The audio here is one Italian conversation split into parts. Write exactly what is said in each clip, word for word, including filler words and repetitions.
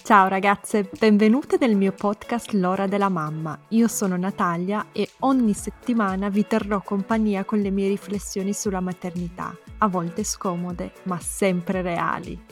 Ciao ragazze, benvenute nel mio podcast L'ora della mamma. Io sono Natalia e ogni settimana vi terrò compagnia con le mie riflessioni sulla maternità, a volte scomode, ma sempre reali.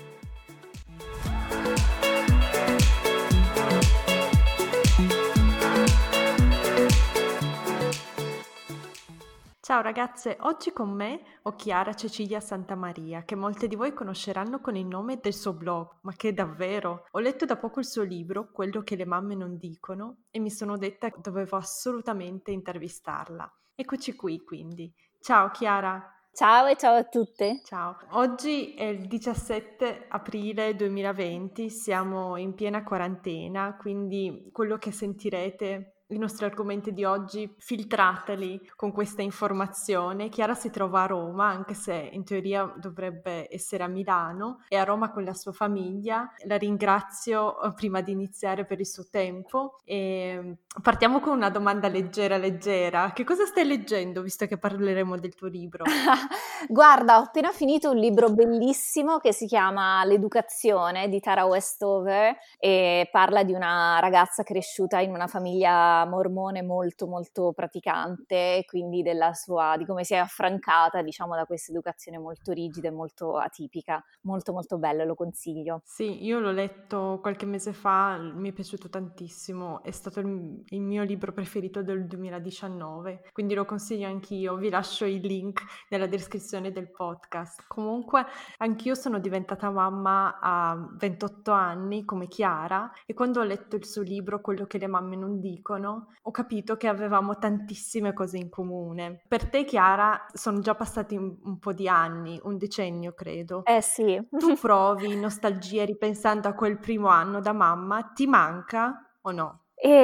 Ciao ragazze, oggi con me ho Chiara Cecilia Santamaria, che molte di voi conosceranno con il nome del suo blog, ma che davvero! Ho letto da poco il suo libro, Quello che le mamme non dicono, e mi sono detta che dovevo assolutamente intervistarla. Eccoci qui quindi. Ciao Chiara! Ciao e ciao a tutte! Ciao, oggi è il diciassette aprile duemilaventi, siamo in piena quarantena, quindi quello che sentirete, i nostri argomenti di oggi, filtrateli con questa informazione. Chiara si trova a Roma, anche se in teoria dovrebbe essere a Milano, è a Roma con la sua famiglia. La ringrazio eh, prima di iniziare per il suo tempo e partiamo con una domanda leggera leggera. Che cosa stai leggendo, visto che parleremo del tuo libro? Guarda, ho appena finito un libro bellissimo che si chiama L'educazione di Tara Westover e parla di una ragazza cresciuta in una famiglia mormone molto molto praticante, quindi della sua, di come si è affrancata, diciamo, da questa educazione molto rigida e molto atipica. Molto molto bello, lo consiglio. Sì, io l'ho letto qualche mese fa, mi è piaciuto tantissimo, è stato il, il mio libro preferito del duemiladiciannove, quindi lo consiglio anch'io, vi lascio il link nella descrizione del podcast. Comunque, anch'io sono diventata mamma a ventotto anni, come Chiara, e quando ho letto il suo libro, Quello che le mamme non dicono, ho capito che avevamo tantissime cose in comune. Per te, Chiara, sono già passati un, un po' di anni, un decennio credo. Eh sì. Tu provi nostalgia ripensando a quel primo anno da mamma? Ti manca o no?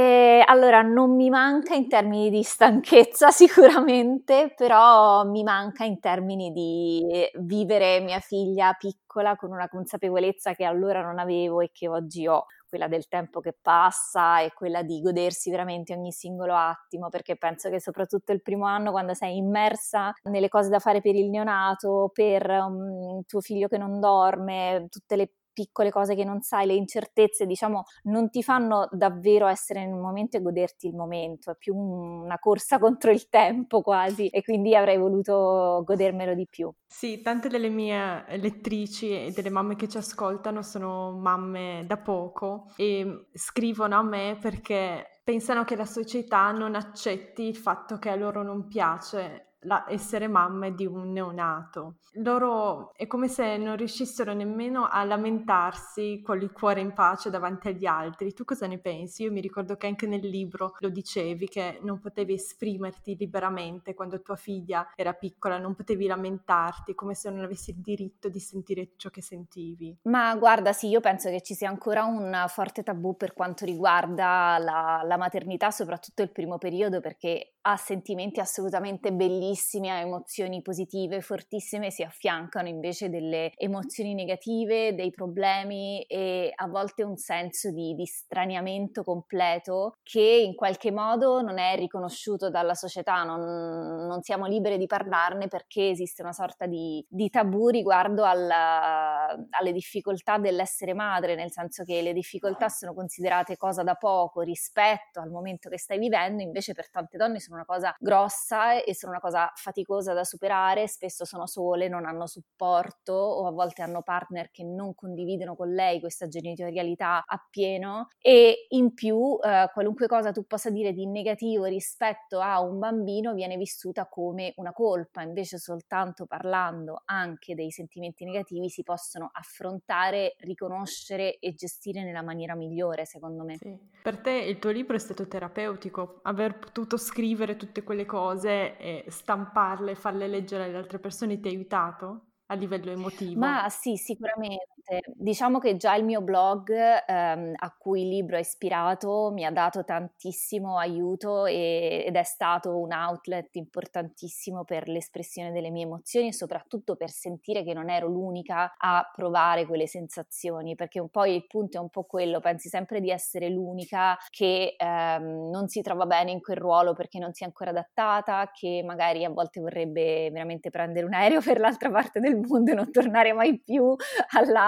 E allora non mi manca in termini di stanchezza sicuramente, però mi manca in termini di vivere mia figlia piccola con una consapevolezza che allora non avevo e che oggi ho, quella del tempo che passa e quella di godersi veramente ogni singolo attimo, perché penso che soprattutto il primo anno, quando sei immersa nelle cose da fare per il neonato, per um, tuo figlio che non dorme, tutte le piccole cose che non sai, le incertezze, diciamo, non ti fanno davvero essere nel momento e goderti il momento, è più una corsa contro il tempo quasi, e quindi avrei voluto godermelo di più. Sì, tante delle mie lettrici e delle mamme che ci ascoltano sono mamme da poco e scrivono a me perché pensano che la società non accetti il fatto che a loro non piace la- essere mamme di un neonato. Loro è come se non riuscissero nemmeno a lamentarsi con il cuore in pace davanti agli altri. Tu cosa ne pensi? Io mi ricordo che anche nel libro lo dicevi, che non potevi esprimerti liberamente quando tua figlia era piccola, non potevi lamentarti, come se non avessi il diritto di sentire ciò che sentivi. Ma guarda, sì, io penso che ci sia ancora un forte tabù per quanto riguarda la, la maternità, soprattutto il primo periodo, perché ha sentimenti assolutamente bellissimi, ha emozioni positive, fortissime, si affiancano invece delle emozioni negative, dei problemi e a volte un senso di, di straniamento completo che in qualche modo non è riconosciuto dalla società, non, non siamo libere di parlarne perché esiste una sorta di, di tabù riguardo alla, alle difficoltà dell'essere madre, nel senso che le difficoltà sono considerate cosa da poco rispetto al momento che stai vivendo, invece per tante donne sono una cosa grossa e sono una cosa faticosa da superare, spesso sono sole, non hanno supporto o a volte hanno partner che non condividono con lei questa genitorialità appieno e in più eh, qualunque cosa tu possa dire di negativo rispetto a un bambino viene vissuta come una colpa, invece soltanto parlando anche dei sentimenti negativi si possono affrontare, riconoscere e gestire nella maniera migliore, secondo me. Sì. Per te il tuo libro è stato terapeutico, aver potuto scrivere tutte quelle cose e stamparle, farle leggere alle altre persone ti ha aiutato a livello emotivo? Ma sì, sicuramente. Diciamo che già il mio blog, ehm, a cui il libro è ispirato, mi ha dato tantissimo aiuto e- ed è stato un outlet importantissimo per l'espressione delle mie emozioni e soprattutto per sentire che non ero l'unica a provare quelle sensazioni, perché un po' il punto è un po' quello, pensi sempre di essere l'unica che ehm, non si trova bene in quel ruolo perché non si è ancora adattata, che magari a volte vorrebbe veramente prendere un aereo per l'altra parte del mondo e non tornare mai più alla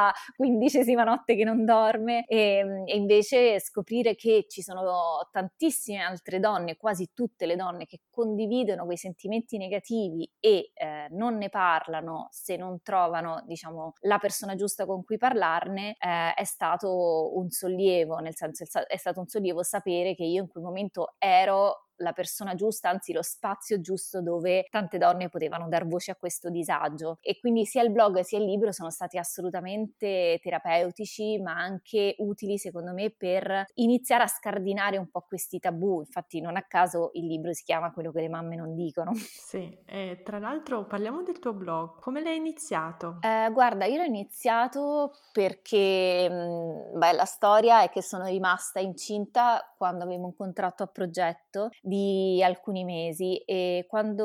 la quindicesima notte che non dorme, e, e invece scoprire che ci sono tantissime altre donne, quasi tutte le donne, che condividono quei sentimenti negativi e eh, non ne parlano se non trovano, diciamo, la persona giusta con cui parlarne, eh, è stato un sollievo, nel senso è stato un sollievo sapere che io in quel momento ero la persona giusta, anzi lo spazio giusto dove tante donne potevano dar voce a questo disagio. E quindi sia il blog sia il libro sono stati assolutamente terapeutici, ma anche utili secondo me per iniziare a scardinare un po' questi tabù. Infatti non a caso il libro si chiama Quello che le mamme non dicono. Sì, e tra l'altro parliamo del tuo blog, come l'hai iniziato? Eh, guarda, io l'ho iniziato perché mh, beh, la storia è che sono rimasta incinta quando avevo un contratto a progetto di alcuni mesi, e quando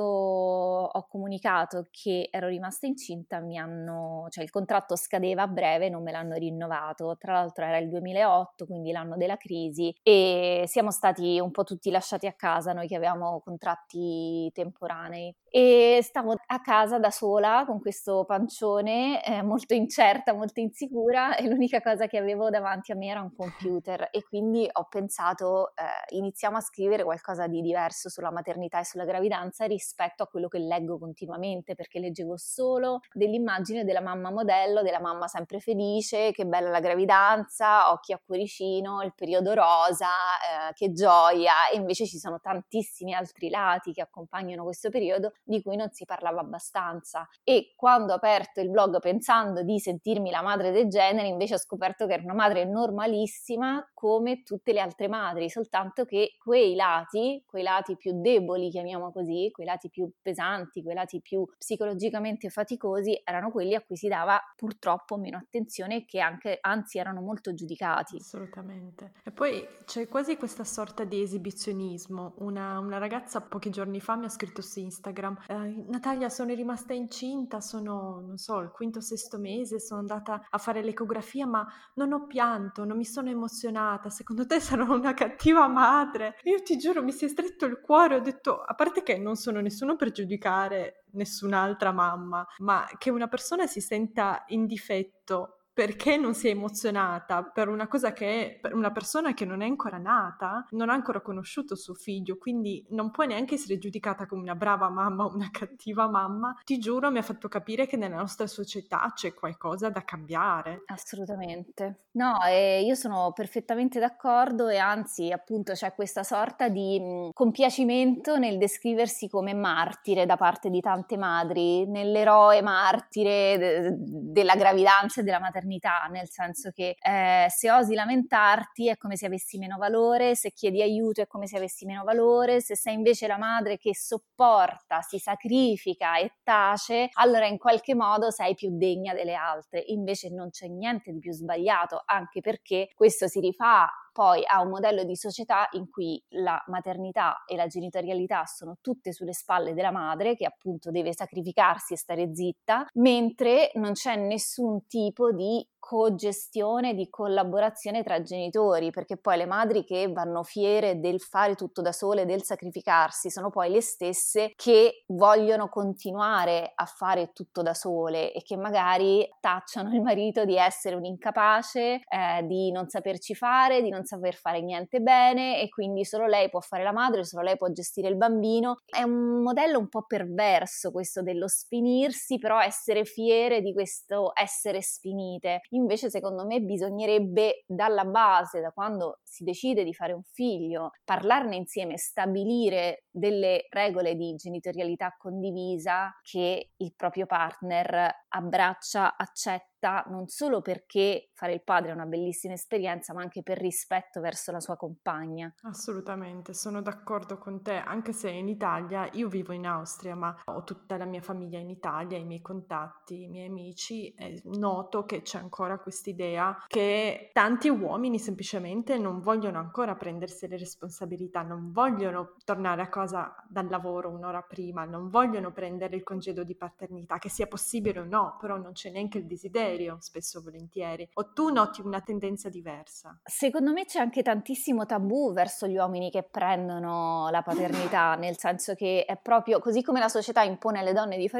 ho comunicato che ero rimasta incinta mi hanno, cioè il contratto scadeva a breve, non me l'hanno rinnovato. Tra l'altro era il duemilaotto, quindi l'anno della crisi, e siamo stati un po' tutti lasciati a casa, noi che avevamo contratti temporanei, e stavo a casa da sola con questo pancione, eh, molto incerta, molto insicura, e l'unica cosa che avevo davanti a me era un computer, e quindi ho pensato eh, iniziamo a scrivere qualcosa di diverso sulla maternità e sulla gravidanza rispetto a quello che leggo continuamente, perché leggevo solo dell'immagine della mamma modello, della mamma sempre felice, che bella la gravidanza, occhi a cuoricino, il periodo rosa, eh, che gioia, e invece ci sono tantissimi altri lati che accompagnano questo periodo di cui non si parlava abbastanza. E quando ho aperto il blog pensando di sentirmi la madre del genere, invece ho scoperto che era una madre normalissima come tutte le altre madri, soltanto che quei lati, quei lati più deboli, chiamiamo così, quei lati più pesanti, quei lati più psicologicamente faticosi, erano quelli a cui si dava purtroppo meno attenzione, che anche, anzi erano molto giudicati. Assolutamente. E poi c'è quasi questa sorta di esibizionismo. Una, una ragazza pochi giorni fa mi ha scritto su Instagram: Eh, Natalia, sono rimasta incinta, sono, non so, il quinto o sesto mese, sono andata a fare l'ecografia, ma non ho pianto, non mi sono emozionata. Secondo te sarò una cattiva madre? Io ti giuro, mi si è stretto il cuore, ho detto, a parte che non sono nessuno per giudicare nessun'altra mamma, ma che una persona si senta in difetto perché non si è emozionata per una cosa che per una persona che non è ancora nata, non ha ancora conosciuto suo figlio, quindi non può neanche essere giudicata come una brava mamma o una cattiva mamma. Ti giuro, mi ha fatto capire che nella nostra società c'è qualcosa da cambiare. Assolutamente. No, e io sono perfettamente d'accordo, e anzi, appunto, c'è questa sorta di mh, compiacimento nel descriversi come martire da parte di tante madri, nell'eroe martire de- della gravidanza e della maternità, nel senso che eh, se osi lamentarti è come se avessi meno valore, se chiedi aiuto è come se avessi meno valore, se sei invece la madre che sopporta, si sacrifica e tace, allora in qualche modo sei più degna delle altre. Invece non c'è niente di più sbagliato, anche perché questo si rifà poi a un modello di società in cui la maternità e la genitorialità sono tutte sulle spalle della madre, che appunto deve sacrificarsi e stare zitta, mentre non c'è nessun tipo di cogestione, di collaborazione tra genitori, perché poi le madri che vanno fiere del fare tutto da sole, del sacrificarsi, sono poi le stesse che vogliono continuare a fare tutto da sole e che magari tacciano il marito di essere un incapace, eh, di non saperci fare, di non saper fare niente bene, e quindi solo lei può fare la madre, solo lei può gestire il bambino. È un modello un po' perverso questo dello sfinirsi, però essere fiere di questo essere sfinite. Invece secondo me bisognerebbe dalla base, da quando si decide di fare un figlio, parlarne insieme, stabilire delle regole di genitorialità condivisa che il proprio partner abbraccia, accetta, non solo perché fare il padre è una bellissima esperienza, ma anche per rispetto verso la sua compagna. Assolutamente, sono d'accordo con te, anche se in Italia, io vivo in Austria, ma ho tutta la mia famiglia in Italia, i miei contatti, i miei amici, e noto che c'è ancora quest'idea che tanti uomini semplicemente non vogliono ancora prendersi le responsabilità, non vogliono tornare a casa dal lavoro un'ora prima, non vogliono prendere il congedo di paternità, che sia possibile o no, però non c'è neanche il desiderio, spesso volentieri. O tu noti una tendenza diversa? Secondo me c'è anche tantissimo tabù verso gli uomini che prendono la paternità, nel senso che è proprio così come la società impone alle donne di fare tutto,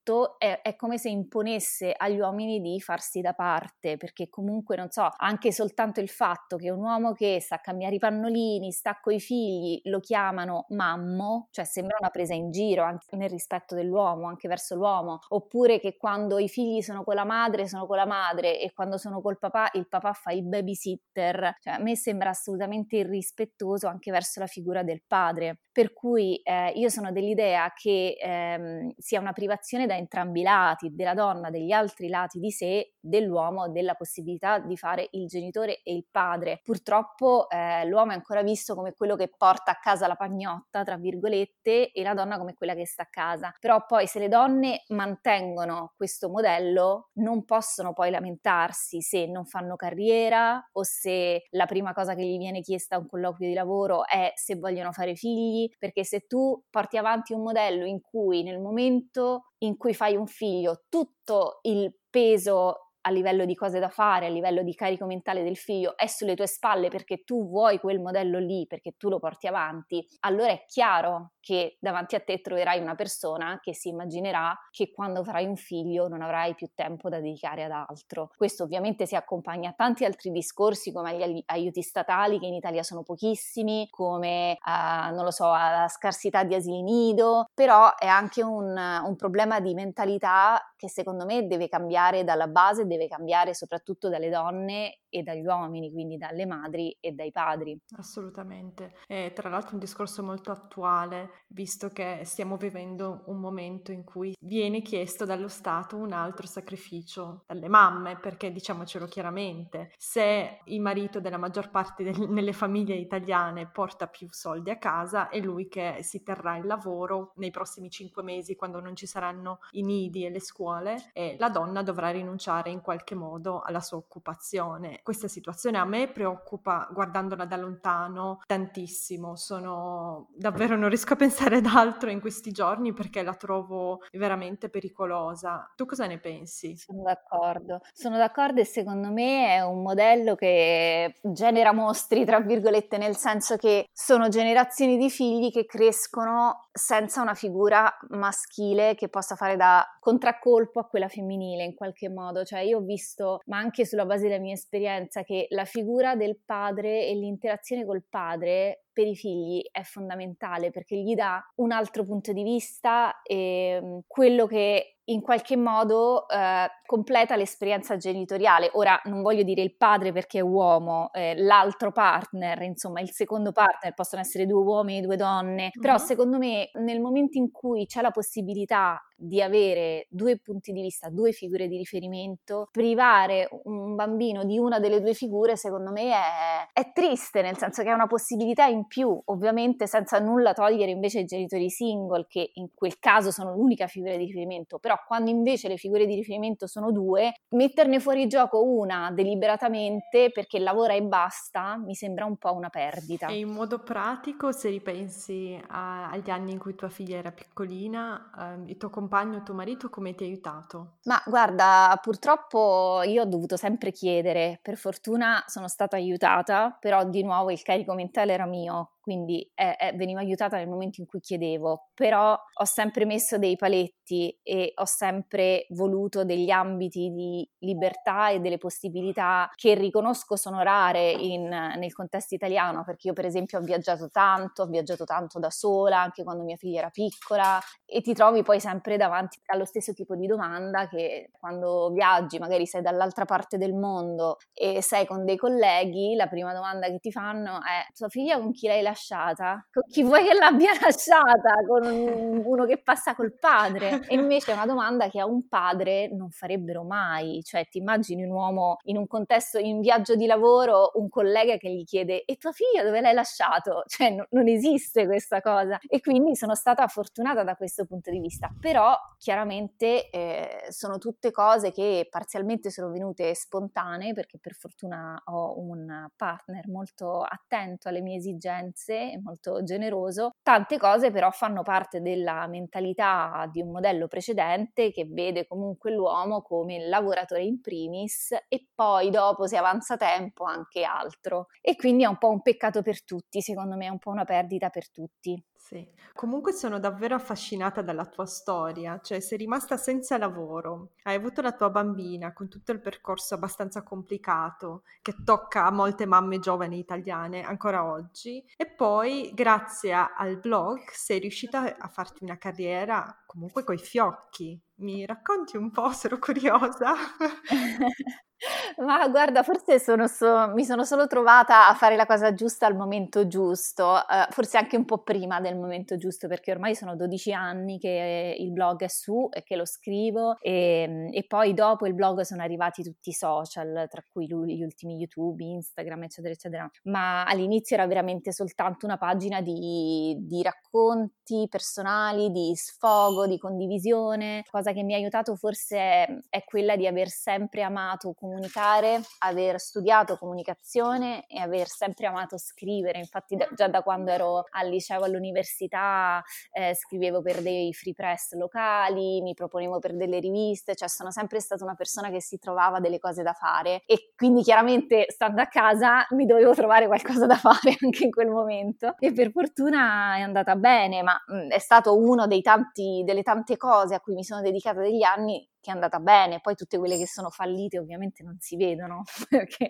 tutto è, è come se imponesse agli uomini di farsi da parte, perché comunque, non so, anche soltanto il fatto che un uomo che sa cambiare i pannolini, sta coi figli, lo chiamano mammo, cioè sembra una presa in giro anche nel rispetto dell'uomo, anche verso l'uomo, oppure che quando i figli sono con la madre sono con la madre e quando sono col papà il papà fa il babysitter, cioè a me sembra assolutamente irrispettoso anche verso la figura del padre, per cui eh, io sono dell'idea che ehm, sia una privazione da entrambi i lati, della donna, degli altri lati di sé, dell'uomo, della possibilità di fare il genitore e il padre. Purtroppo eh, l'uomo è ancora visto come quello che porta a casa la pagnotta, tra virgolette, e la donna come quella che sta a casa. Però poi se le donne mantengono questo modello non possono poi lamentarsi se non fanno carriera o se la prima cosa che gli viene chiesta a un colloquio di lavoro è se vogliono fare figli, perché se tu porti avanti un modello in cui nel momento in cui fai un figlio tutto il peso a livello di cose da fare, a livello di carico mentale del figlio è sulle tue spalle perché tu vuoi quel modello lì, perché tu lo porti avanti, allora è chiaro che davanti a te troverai una persona che si immaginerà che quando farai un figlio non avrai più tempo da dedicare ad altro. Questo ovviamente si accompagna a tanti altri discorsi come agli aiuti statali che in Italia sono pochissimi, come a, non lo so, alla scarsità di asili nido, però è anche un, un problema di mentalità che secondo me deve cambiare dalla base, deve cambiare soprattutto dalle donne e dagli uomini, quindi dalle madri e dai padri. Assolutamente. E tra l'altro un discorso molto attuale, visto che stiamo vivendo un momento in cui viene chiesto dallo Stato un altro sacrificio dalle mamme, perché diciamocelo chiaramente, se il marito della maggior parte del, nelle famiglie italiane porta più soldi a casa, è lui che si terrà il lavoro nei prossimi cinque mesi quando non ci saranno i nidi e le scuole, e la donna dovrà rinunciare in qualche modo alla sua occupazione. Questa situazione a me preoccupa, guardandola da lontano, tantissimo. Sono davvero, non riesco a pensare ad altro in questi giorni perché la trovo veramente pericolosa. Tu cosa ne pensi? Sono d'accordo, sono d'accordo e secondo me è un modello che genera mostri, tra virgolette, nel senso che sono generazioni di figli che crescono senza una figura maschile che possa fare da contraccolpo a quella femminile in qualche modo. Cioè io ho visto, ma anche sulla base della mia esperienza, che la figura del padre e l'interazione col padre per i figli è fondamentale perché gli dà un altro punto di vista e quello che in qualche modo eh, completa l'esperienza genitoriale. Ora non voglio dire il padre perché è uomo, eh, l'altro partner, insomma il secondo partner, possono essere due uomini, due donne, uh-huh. Però secondo me nel momento in cui c'è la possibilità di avere due punti di vista, due figure di riferimento, privare un bambino di una delle due figure secondo me è, è triste, nel senso che è una possibilità in più, ovviamente senza nulla togliere invece ai genitori single che in quel caso sono l'unica figura di riferimento, però quando invece le figure di riferimento sono due, metterne fuori gioco una deliberatamente perché lavora e basta mi sembra un po' una perdita. E in modo pratico, se ripensi a, agli anni in cui tua figlia era piccolina, eh, il tuo compagno, il tuo marito come ti ha aiutato? Ma guarda, purtroppo io ho dovuto sempre chiedere, per fortuna sono stata aiutata, però di nuovo il carico mentale era mio, quindi eh, eh, venivo aiutata nel momento in cui chiedevo, però ho sempre messo dei paletti e ho sempre voluto degli ambiti di libertà e delle possibilità che riconosco sono rare in, nel contesto italiano, perché io per esempio ho viaggiato tanto, ho viaggiato tanto da sola, anche quando mia figlia era piccola, e ti trovi poi sempre davanti allo stesso tipo di domanda che quando viaggi, magari sei dall'altra parte del mondo e sei con dei colleghi, la prima domanda che ti fanno è: tua figlia con chi l'hai lasciata? Con chi vuoi che l'abbia lasciata? Con uno che passa col padre? E invece è una domanda che a un padre non farebbero mai, cioè ti immagini un uomo in un contesto, in viaggio di lavoro, un collega che gli chiede: e tua figlia dove l'hai lasciato? Cioè no, non esiste questa cosa, e quindi sono stata fortunata da questo punto di vista, però chiaramente eh, sono tutte cose che parzialmente sono venute spontanee perché per fortuna ho un partner molto attento alle mie esigenze e molto generoso. Tante cose però fanno parte della mentalità di un modello precedente che vede comunque l'uomo come il lavoratore in primis e poi dopo, se avanza tempo, anche altro, e quindi è un po' un peccato per tutti, secondo me è un po' una perdita per tutti. Sì, comunque sono davvero affascinata dalla tua storia, cioè sei rimasta senza lavoro, hai avuto la tua bambina con tutto il percorso abbastanza complicato che tocca a molte mamme giovani italiane ancora oggi e poi grazie a- al blog sei riuscita a farti una carriera comunque coi fiocchi. Mi racconti un po', sono curiosa. Ma guarda, forse sono so mi sono solo trovata a fare la cosa giusta al momento giusto, uhm, forse anche un po' prima del momento giusto, perché ormai sono dodici anni che il blog è su e che lo scrivo, ehm, e poi dopo il blog sono arrivati tutti i social, tra cui lu gli ultimi YouTube, Instagram, eccetera, eccetera. Ma all'inizio era veramente soltanto una pagina di di racconti personali, di sfogo, di condivisione. Cosa che mi ha aiutato forse è è quella di aver sempre amato comunicare, aver studiato comunicazione e aver sempre amato scrivere. Infatti da, già da quando ero al liceo, all'università, eh, scrivevo per dei free press locali, mi proponevo per delle riviste, cioè sono sempre stata una persona che si trovava delle cose da fare e quindi chiaramente stando a casa mi dovevo trovare qualcosa da fare anche in quel momento e per fortuna è andata bene, ma mh, è stato uno dei tanti, delle tante cose a cui mi sono dedicata degli anni che è andata bene, poi tutte quelle che sono fallite ovviamente non si vedono, perché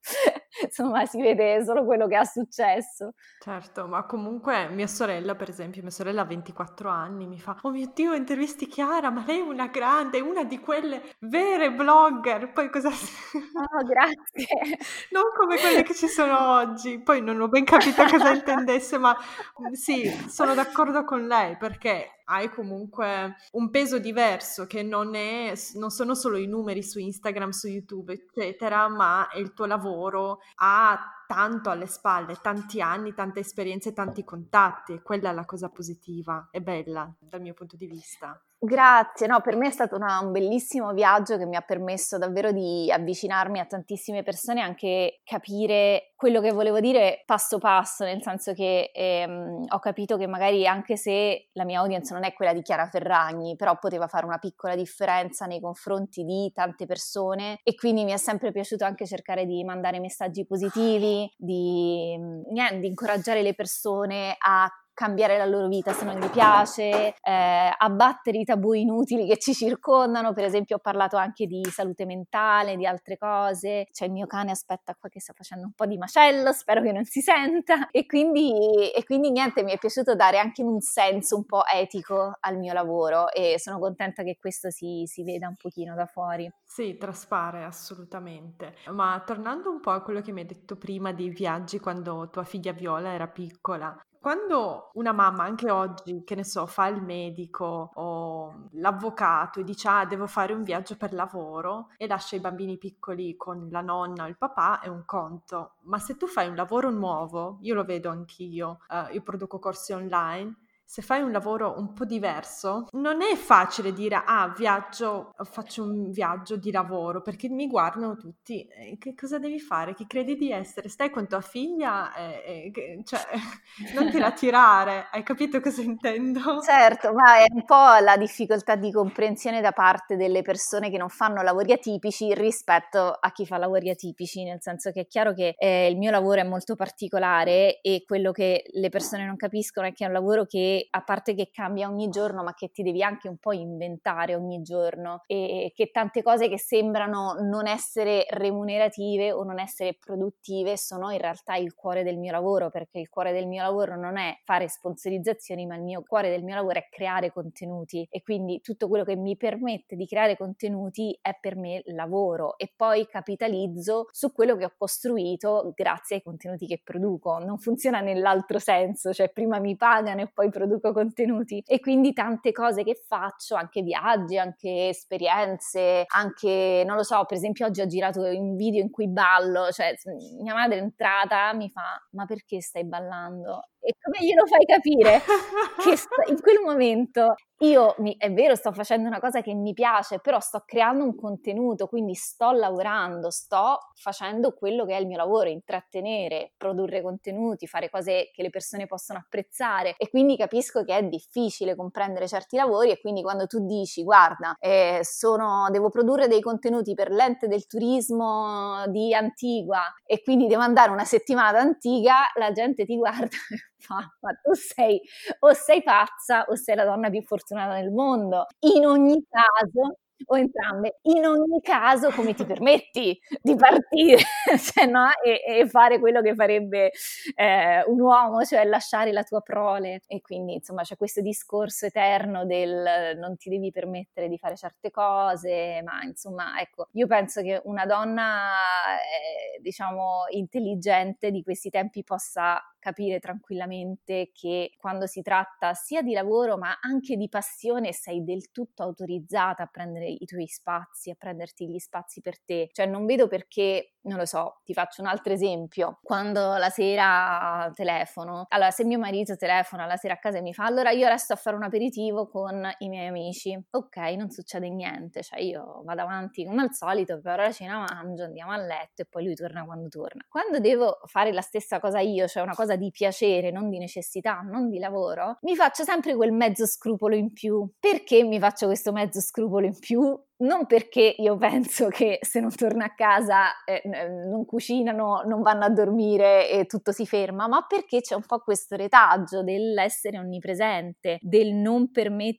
insomma si vede solo quello che ha successo. Certo, ma comunque mia sorella, per esempio, mia sorella ha ventiquattro anni, mi fa, oh mio Dio, intervisti Chiara, ma lei è una grande, è una di quelle vere blogger, poi cosa... Oh, grazie. Non come quelle che ci sono oggi, poi non ho ben capito cosa intendesse, ma mm, sì, sono d'accordo con lei perché hai comunque un peso diverso che non è, non sono solo i numeri su Instagram, su YouTube, eccetera, ma è il tuo lavoro, ha tanto alle spalle, tanti anni, tante esperienze, tanti contatti, e quella è la cosa positiva e bella dal mio punto di vista. Grazie, no, per me è stato una un bellissimo viaggio che mi ha permesso davvero di avvicinarmi a tantissime persone e anche capire quello che volevo dire passo passo, nel senso che ehm, ho capito che magari anche se la mia audience non è quella di Chiara Ferragni, però poteva fare una piccola differenza nei confronti di tante persone e quindi mi è sempre piaciuto anche cercare di mandare messaggi positivi, di, niente, di incoraggiare le persone a cambiare la loro vita se non gli piace, eh, abbattere i tabù inutili che ci circondano. Per esempio ho parlato anche di salute mentale, di altre cose, c'è il mio cane aspetta qua che sta facendo un po' di macello, spero che non si senta e quindi, e quindi niente, mi è piaciuto dare anche un senso un po' etico al mio lavoro e sono contenta che questo si, si veda un pochino da fuori. Sì, traspare assolutamente. Ma tornando un po' a quello che mi hai detto prima dei viaggi quando tua figlia Viola era piccola, quando una mamma, anche oggi, che ne so, fa il medico o l'avvocato e dice ah, devo fare un viaggio per lavoro e lascia i bambini piccoli con la nonna o il papà, è un conto. Ma se tu fai un lavoro nuovo, io lo vedo anch'io, eh, io produco corsi online, se fai un lavoro un po' diverso, non è facile dire ah, viaggio, faccio un viaggio di lavoro, perché mi guardano tutti, eh, che cosa devi fare? Chi credi di essere? Stai con tua figlia? Eh, eh, cioè, non ti la tirare, hai capito cosa intendo? Certo, ma è un po' la difficoltà di comprensione da parte delle persone che non fanno lavori atipici rispetto a chi fa lavori atipici, nel senso che è chiaro che eh, il mio lavoro è molto particolare e quello che le persone non capiscono è che è un lavoro che, a parte che cambia ogni giorno, ma che ti devi anche un po' inventare ogni giorno e che tante cose che sembrano non essere remunerative o non essere produttive sono in realtà il cuore del mio lavoro, perché il cuore del mio lavoro non è fare sponsorizzazioni, ma il mio cuore del mio lavoro è creare contenuti e quindi tutto quello che mi permette di creare contenuti è per me lavoro e poi capitalizzo su quello che ho costruito grazie ai contenuti che produco. Non funziona nell'altro senso, cioè prima mi pagano e poi produco contenuti e quindi tante cose che faccio, anche viaggi, anche esperienze, anche non lo so, per esempio oggi ho girato un video in cui ballo, cioè mia madre è entrata mi fa ma perché stai ballando? E come glielo fai capire che in quel momento io, mi, è vero, sto facendo una cosa che mi piace, però sto creando un contenuto, quindi sto lavorando, sto facendo quello che è il mio lavoro, intrattenere, produrre contenuti, fare cose che le persone possono apprezzare e quindi capisco che è difficile comprendere certi lavori e quindi quando tu dici guarda, eh, sono, devo produrre dei contenuti per l'ente del turismo di Antigua e quindi devo andare una settimana ad Antigua, la gente ti guarda ma, ma tu sei o sei pazza o sei la donna più fortunata del mondo. In ogni caso, o entrambe, in ogni caso come ti permetti di partire cioè, no? e, e fare quello che farebbe eh, un uomo, cioè lasciare la tua prole. E quindi insomma c'è questo discorso eterno del non ti devi permettere di fare certe cose, ma insomma ecco, io penso che una donna eh, diciamo intelligente di questi tempi possa capire tranquillamente che quando si tratta sia di lavoro ma anche di passione sei del tutto autorizzata a prendere i tuoi spazi, a prenderti gli spazi per te. Cioè non vedo perché, non lo so, ti faccio un altro esempio. Quando la sera telefono, allora se mio marito telefona la sera a casa e mi fa allora io resto a fare un aperitivo con i miei amici, ok, non succede niente, cioè io vado avanti come al solito, per la cena mangio, andiamo a letto e poi lui torna quando torna. Quando devo fare la stessa cosa io, cioè una cosa di piacere, non di necessità, non di lavoro, mi faccio sempre quel mezzo scrupolo in più. Perché mi faccio questo mezzo scrupolo in più? Non perché io penso che se non torno a casa eh, non cucinano, non vanno a dormire e tutto si ferma, ma perché c'è un po' questo retaggio dell'essere onnipresente, del non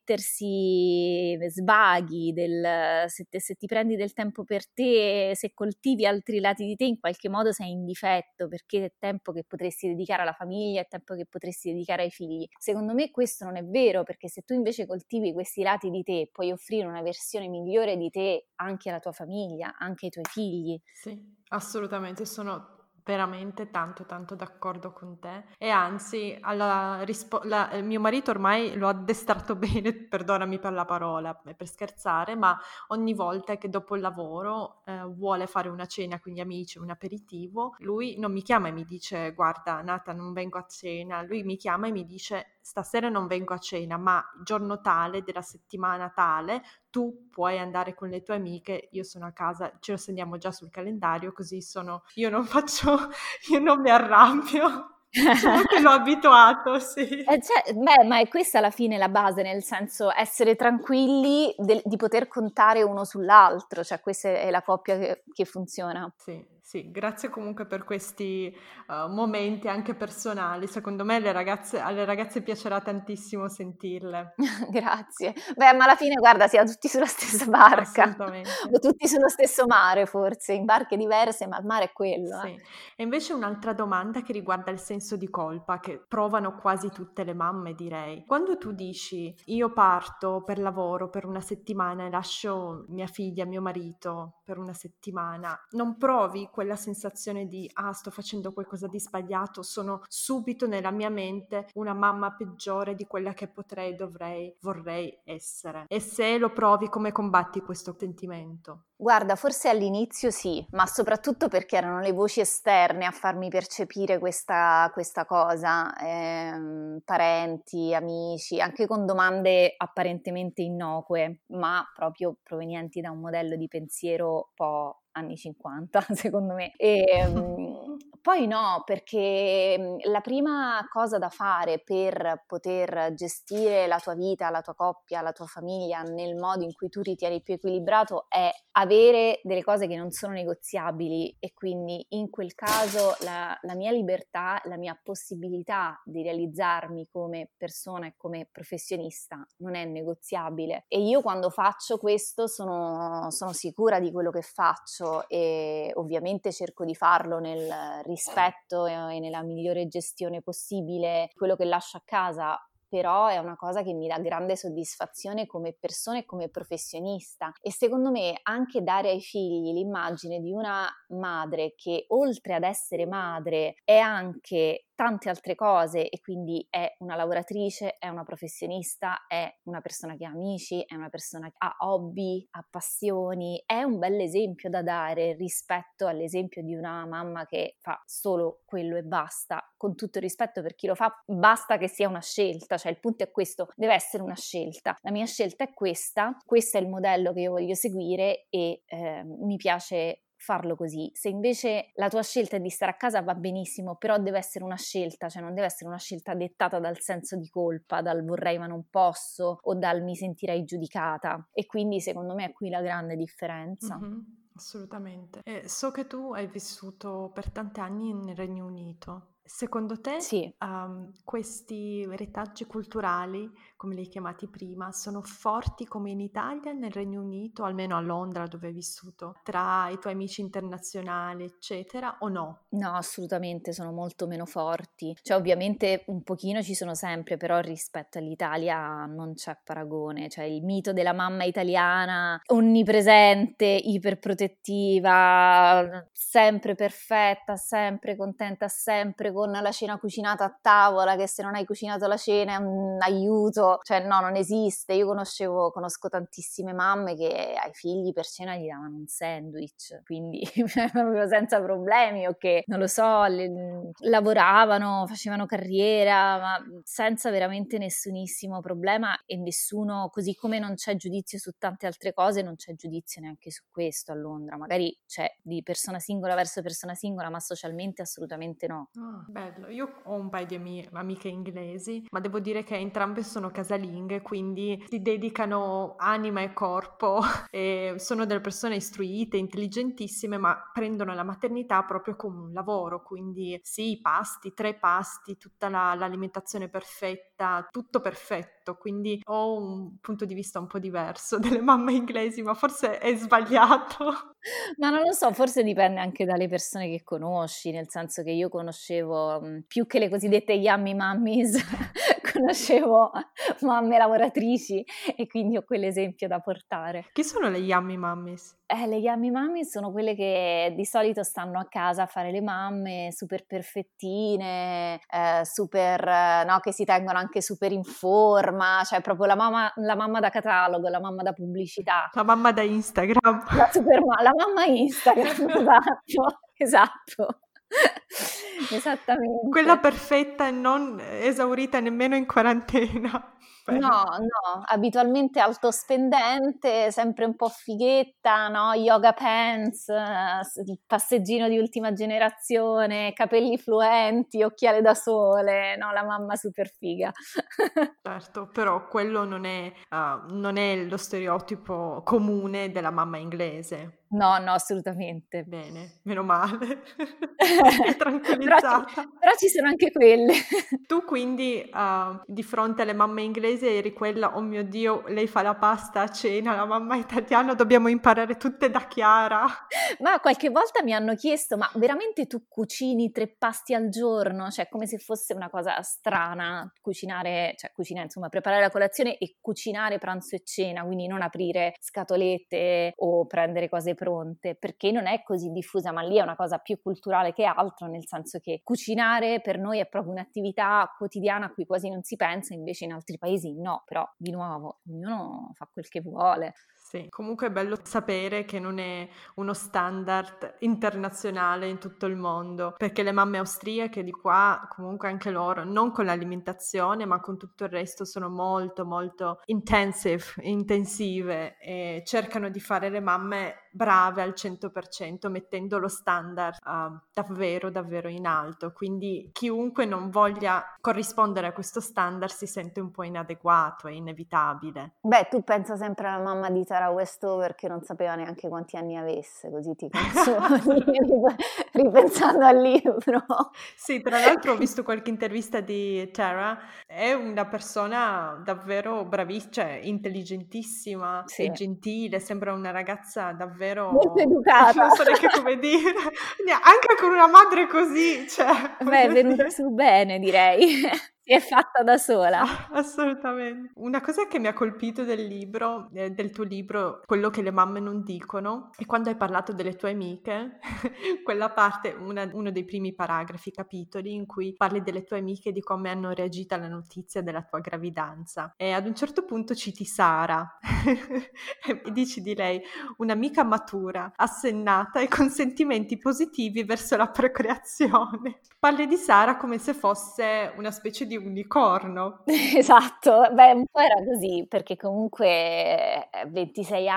permettersi svaghi, del se, te, se ti prendi del tempo per te, se coltivi altri lati di te, in qualche modo sei in difetto perché è tempo che potresti dedicare alla famiglia, è tempo che potresti dedicare ai figli. Secondo me questo non è vero, perché se tu invece coltivi questi lati di te, puoi offrire una versione migliore di te anche alla tua famiglia, anche ai tuoi figli. Sì, assolutamente, sono veramente tanto tanto d'accordo con te e anzi alla rispo- la- eh, mio marito ormai l'ho addestrato bene, perdonami per la parola, è per scherzare, ma ogni volta che dopo il lavoro eh, vuole fare una cena con gli amici, un aperitivo, lui non mi chiama e mi dice guarda Nata non vengo a cena, lui mi chiama e mi dice stasera non vengo a cena, ma giorno tale della settimana tale tu puoi andare con le tue amiche, io sono a casa, ce lo segniamo già sul calendario, così sono, io non faccio, io non mi arrabbio. Diciamo che l'ho abituato, sì. Eh, cioè, beh, ma è questa alla fine la base, nel senso essere tranquilli del, di poter contare uno sull'altro, cioè questa è la coppia che, che funziona. Sì, sì, grazie comunque per questi uh, momenti anche personali. Secondo me le ragazze, alle ragazze piacerà tantissimo sentirle. Grazie. Beh, ma alla fine, guarda, siamo tutti sulla stessa barca, Assolutamente. o tutti sullo stesso mare, forse, in barche diverse, ma il mare è quello. Sì. Eh. E invece un'altra domanda che riguarda il senso di colpa che provano quasi tutte le mamme, direi. Quando tu dici io parto per lavoro per una settimana e lascio mia figlia, mio marito per una settimana, non provi quella sensazione di ah, sto facendo qualcosa di sbagliato, sono subito nella mia mente una mamma peggiore di quella che potrei, dovrei, vorrei essere. E se lo provi, come combatti questo sentimento? Guarda, forse all'inizio sì, ma soprattutto perché erano le voci esterne a farmi percepire questa, questa cosa, ehm, parenti, amici, anche con domande apparentemente innocue, ma proprio provenienti da un modello di pensiero un po' anni cinquanta, secondo me. E, um, poi no, perché la prima cosa da fare per poter gestire la tua vita, la tua coppia, la tua famiglia nel modo in cui tu ritieni più equilibrato è avere delle cose che non sono negoziabili e quindi in quel caso la, la mia libertà, la mia possibilità di realizzarmi come persona e come professionista non è negoziabile. E io quando faccio questo sono, sono sicura di quello che faccio e ovviamente cerco di farlo nel rispetto e nella migliore gestione possibile quello che lascio a casa, però è una cosa che mi dà grande soddisfazione come persona e come professionista e secondo me anche dare ai figli l'immagine di una madre che oltre ad essere madre è anche tante altre cose e quindi è una lavoratrice, è una professionista, è una persona che ha amici, è una persona che ha hobby, ha passioni, è un bel esempio da dare rispetto all'esempio di una mamma che fa solo quello e basta, con tutto il rispetto per chi lo fa, basta che sia una scelta, cioè il punto è questo, deve essere una scelta, la mia scelta è questa, questo è il modello che io voglio seguire e eh, mi piace farlo così. Se invece la tua scelta è di stare a casa va benissimo, però deve essere una scelta, cioè non deve essere una scelta dettata dal senso di colpa, dal vorrei ma non posso o dal mi sentirei giudicata e quindi secondo me è qui la grande differenza. Mm-hmm, assolutamente. E so che tu hai vissuto per tanti anni nel Regno Unito. Secondo te, Sì. um, questi retaggi culturali, come li hai chiamati prima, sono forti come in Italia, nel Regno Unito, almeno a Londra dove hai vissuto, tra i tuoi amici internazionali, eccetera, o no? No, assolutamente, sono molto meno forti. Cioè, ovviamente un pochino ci sono sempre, però rispetto all'Italia non c'è paragone. Cioè, il mito della mamma italiana, onnipresente, iperprotettiva, sempre perfetta, sempre contenta, sempre con la cena cucinata a tavola, che se non hai cucinato la cena è un aiuto. Cioè, no, non esiste. Io conoscevo, conosco tantissime mamme che ai figli per cena gli davano un sandwich, quindi proprio senza problemi, ok. Non lo so, le, lavoravano, facevano carriera, ma senza veramente nessunissimo problema, e nessuno, così come non c'è giudizio su tante altre cose, non c'è giudizio neanche su questo a Londra. Magari c'è di persona singola verso persona singola, ma socialmente assolutamente no. Ah, bello, io ho un paio di ami- amiche inglesi, ma devo dire che entrambe sono casalinghe, quindi si dedicano anima e corpo e sono delle persone istruite, intelligentissime, ma prendono la maternità proprio come un lavoro, quindi sì, pasti, tre pasti, tutta la- l'alimentazione perfetta, tutto perfetto, quindi ho un punto di vista un po' diverso delle mamme inglesi, ma forse è sbagliato. Ma non lo so, forse dipende anche dalle persone che conosci, nel senso che io conoscevo, mh, più che le cosiddette yummy mummies, conoscevo mamme lavoratrici, e quindi ho quell'esempio da portare. Chi sono le yummy mummies? Eh, le yummy mummy sono quelle che di solito stanno a casa a fare le mamme, super perfettine, eh, super, eh, no, che si tengono anche super in forma, cioè proprio la mamma, la mamma da catalogo, la mamma da pubblicità. La mamma da Instagram. La super ma- la mamma Instagram, esatto, esatto. Esattamente. Quella perfetta e non esaurita nemmeno in quarantena. Bene. No, no, abitualmente alto spendente, sempre un po' fighetta, no? Yoga pants, eh, s- il passeggino di ultima generazione, capelli fluenti, occhiale da sole, no? La mamma super figa. Certo, però quello non è, uh, non è lo stereotipo comune della mamma inglese. No, no, assolutamente. Bene, meno male. Mi Però hai ci, tranquillizzata. però ci sono anche quelle. Tu quindi uh, di fronte alle mamme inglesi eri quella, oh mio Dio, lei fa la pasta a cena, la mamma italiana, dobbiamo imparare tutte da Chiara. Ma qualche volta mi hanno chiesto, ma veramente tu cucini tre pasti al giorno? Cioè, come se fosse una cosa strana cucinare, cioè cucinare, insomma, preparare la colazione e cucinare pranzo e cena, quindi non aprire scatolette o prendere cose pronte, perché non è così diffusa, ma lì è una cosa più culturale che altro, nel senso che cucinare per noi è proprio un'attività quotidiana a cui quasi non si pensa, invece in altri paesi no, però di nuovo ognuno fa quel che vuole. Sì, comunque è bello sapere che non è uno standard internazionale in tutto il mondo, perché le mamme austriache di qua, comunque anche loro, non con l'alimentazione, ma con tutto il resto, sono molto molto intensive, intensive e cercano di fare le mamme brave al cento per cento, mettendo lo standard uh, davvero davvero in alto, quindi chiunque non voglia corrispondere a questo standard si sente un po' inadeguato, è inevitabile. Beh, tu pensa sempre alla mamma di Tara Westover che non sapeva neanche quanti anni avesse, così ti consoli ripensando al libro. Sì, tra l'altro ho visto qualche intervista di Tara, è una persona davvero bravissima, cioè intelligentissima Sì. e gentile, sembra una ragazza davvero... Molto educata. Non so neanche come dire, anche con una madre così, cioè... Beh, è venuta su bene, direi. Si è fatta da sola. Ah, assolutamente. Una cosa che mi ha colpito del libro, eh, del tuo libro, quello che le mamme non dicono, è quando hai parlato delle tue amiche, quella parte, una- uno dei primi paragrafi, capitoli, in cui parli delle tue amiche e di come hanno reagito alla notizia della tua gravidanza. E ad un certo punto citi Sara e dici di lei, un'amica matura, assennata e con sentimenti positivi verso la procreazione. Parli di Sara come se fosse una specie di unicorno. Esatto, beh un po' era così, perché comunque ventisei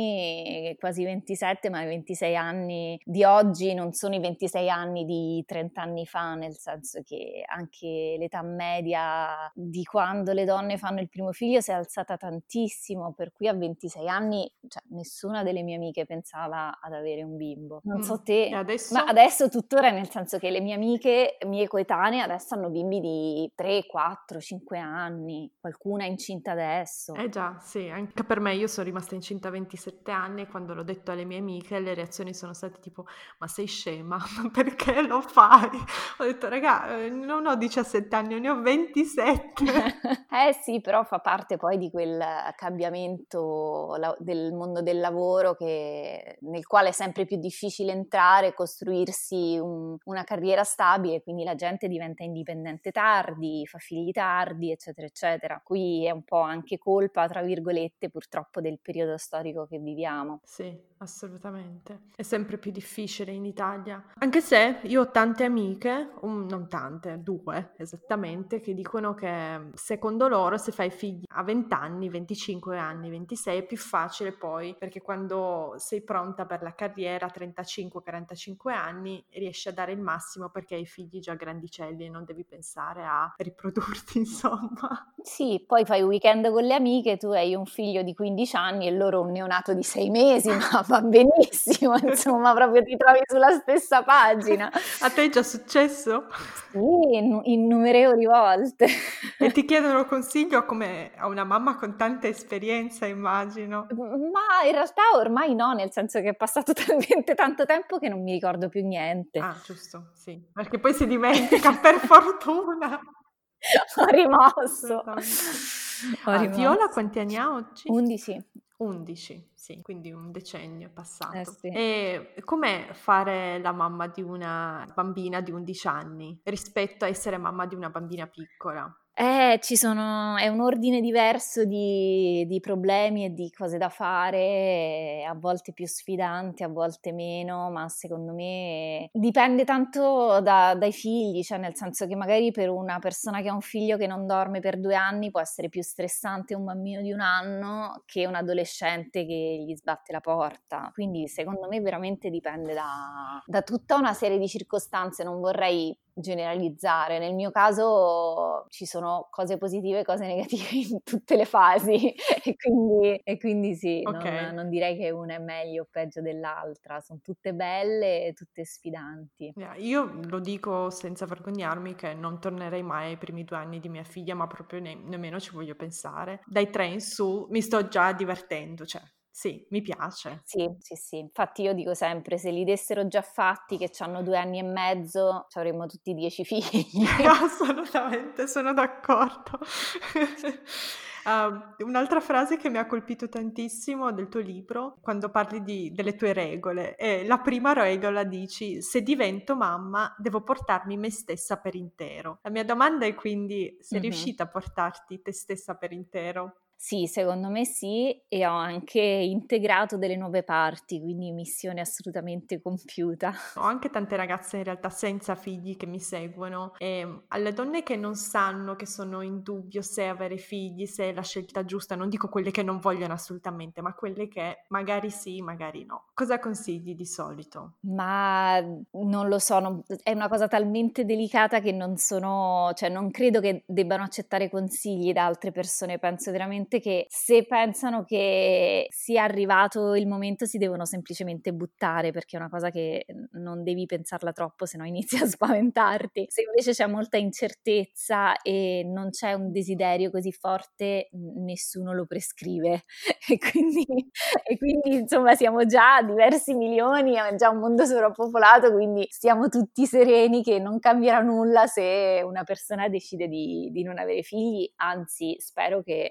anni, quasi ventisette, ma i ventisei anni di oggi non sono i ventisei anni di trenta anni fa, nel senso che anche l'età media di quando le donne fanno il primo figlio si è alzata tantissimo, per cui a ventisei anni, cioè, nessuna delle mie amiche pensava ad avere un bimbo. Non Mm. so te, E adesso? ma adesso tuttora, nel senso che le mie amiche, mie coetanee, adesso hanno bimbi di tre, quattro, cinque anni, qualcuna è incinta adesso. Eh già, sì, anche per me, io sono rimasta incinta a ventisette anni e quando l'ho detto alle mie amiche le reazioni sono state tipo ma sei scema, perché lo fai? Ho detto raga, eh, non ho diciassette anni, ne ho ventisette. Eh sì, però fa parte poi di quel cambiamento la- del mondo del lavoro che, nel quale è sempre più difficile entrare, costruirsi un- una carriera stabile, quindi la gente diventa indipendente tardi, fa figli tardi, eccetera, eccetera. Qui è un po' anche colpa, tra virgolette, purtroppo del periodo storico che viviamo. Sì, assolutamente. È sempre più difficile in Italia. Anche se io ho tante amiche, um, non tante, due esattamente, che dicono che secondo loro se fai figli a venti anni, venticinque anni, ventisei è più facile poi, perché quando sei pronta per la carriera a trentacinque quarantacinque anni riesci a dare il massimo perché hai figli già grandicelli e non devi pensare a riprodurti, insomma. Sì, poi fai un weekend con le amiche, tu hai un figlio di quindici anni e loro un neonato di sei mesi, ma va benissimo, insomma, proprio ti trovi sulla stessa pagina. A te è già successo? Sì, in- innumerevoli volte. E ti chiedono consiglio come a una mamma con tanta esperienza, immagino. Ma in realtà ormai no, nel senso che è passato talmente tanto tempo che non mi ricordo più niente. Ah, giusto, sì, perché poi si dimentica, per fortuna. Ho rimosso. Assolutamente. Ho Ah, Viola rimosso. quanti anni ha oggi? undici. undici, sì, quindi un decennio è Eh passato. sì. E com'è fare la mamma di una bambina di undici anni rispetto a essere mamma di una bambina piccola? Eh, ci sono, è un ordine diverso di, di problemi e di cose da fare, a volte più sfidanti, a volte meno, ma secondo me dipende tanto da- dai figli, cioè nel senso che magari per una persona che ha un figlio che non dorme per due anni può essere più stressante un bambino di un anno che un adolescente che gli sbatte la porta. Quindi secondo me veramente dipende da, da tutta una serie di circostanze, non vorrei generalizzare. Nel mio caso ci sono cose positive e cose negative in tutte le fasi e quindi, e quindi sì, Ok. non, non direi che una è meglio o peggio dell'altra, sono tutte belle e tutte sfidanti. Yeah, io lo dico senza vergognarmi che non tornerei mai ai primi due anni di mia figlia, ma proprio ne- nemmeno ci voglio pensare. Dai tre in su mi sto già divertendo, cioè sì, mi piace. Sì, sì, sì, infatti io dico sempre, se li dessero già fatti che hanno due anni e mezzo, ci avremmo tutti dieci figli. Assolutamente, sono d'accordo. Ah, un'altra frase che mi ha colpito tantissimo del tuo libro, quando parli di- delle tue regole, è la prima regola dici: se divento mamma devo portarmi me stessa per intero. La mia domanda è quindi: sei Mhm. riuscita a portarti te stessa per intero? Sì, secondo me sì, e ho anche integrato delle nuove parti, quindi missione assolutamente compiuta. Ho anche tante ragazze in realtà senza figli che mi seguono e alle donne che non sanno, che sono in dubbio se avere figli, se è la scelta giusta, non dico quelle che non vogliono assolutamente, ma quelle che magari sì, magari no. Cosa consigli di solito? Ma non lo so, non- è una cosa talmente delicata che non sono, cioè non credo che debbano accettare consigli da altre persone, penso veramente che se pensano che sia arrivato il momento si devono semplicemente buttare perché è una cosa che non devi pensarla troppo, se no inizi a spaventarti. Se invece c'è molta incertezza e non c'è un desiderio così forte, n- nessuno lo prescrive e quindi, e quindi insomma siamo già a diversi milioni, è già un mondo sovrappopolato, quindi stiamo tutti sereni che non cambierà nulla se una persona decide di, di non avere figli, anzi spero che man mano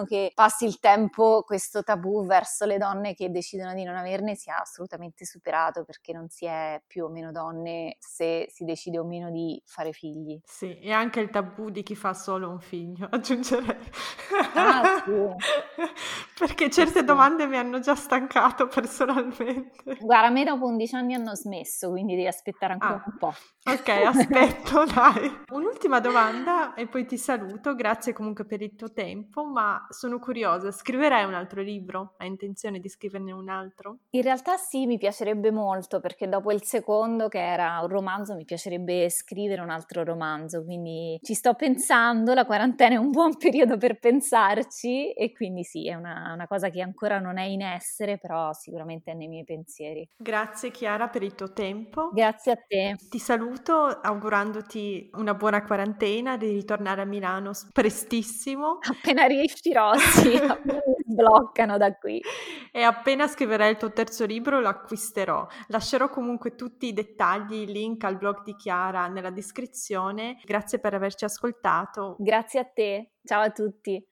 mano che passi il tempo questo tabù verso le donne che decidono di non averne sia assolutamente superato, perché non si è più o meno donne se si decide o meno di fare figli. Sì, e anche il tabù di chi fa solo un figlio, aggiungerei. Ah, sì. Perché Sì, certe sì. domande mi hanno già stancato personalmente. Guarda, a me dopo undici anni hanno smesso, quindi devi aspettare ancora Ah, un po'. ok, aspetto, dai. Un'ultima domanda e poi ti saluto. Grazie comunque per il tuo tempo, ma sono curiosa, scriverai un altro libro? Hai intenzione di scriverne un altro? In realtà sì, mi piacerebbe molto, perché dopo il secondo, che era un romanzo, mi piacerebbe scrivere un altro romanzo, quindi ci sto pensando, la quarantena è un buon periodo per pensarci e quindi sì, è una, una cosa che ancora non è in essere, però sicuramente è nei miei pensieri. Grazie Chiara per il tuo tempo. Grazie a te. Ti saluto augurandoti una buona quarantena, di ritornare a Milano s- prestissimo. Appena riuscirò, sì, appena mi sbloccano da qui. E appena scriverai il tuo terzo libro lo acquisterò. Lascerò comunque tutti i dettagli, il link al blog di Chiara nella descrizione. Grazie per averci ascoltato. Grazie a te, ciao a tutti.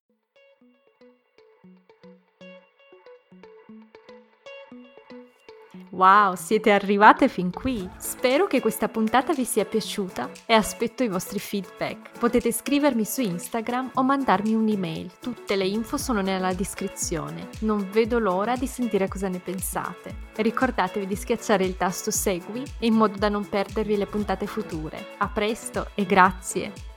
Wow, siete arrivate fin qui! Spero che questa puntata vi sia piaciuta e aspetto i vostri feedback. Potete scrivermi su Instagram o mandarmi un'email. Tutte le info sono nella descrizione. Non vedo l'ora di sentire cosa ne pensate. Ricordatevi di schiacciare il tasto segui in modo da non perdervi le puntate future. A presto e grazie!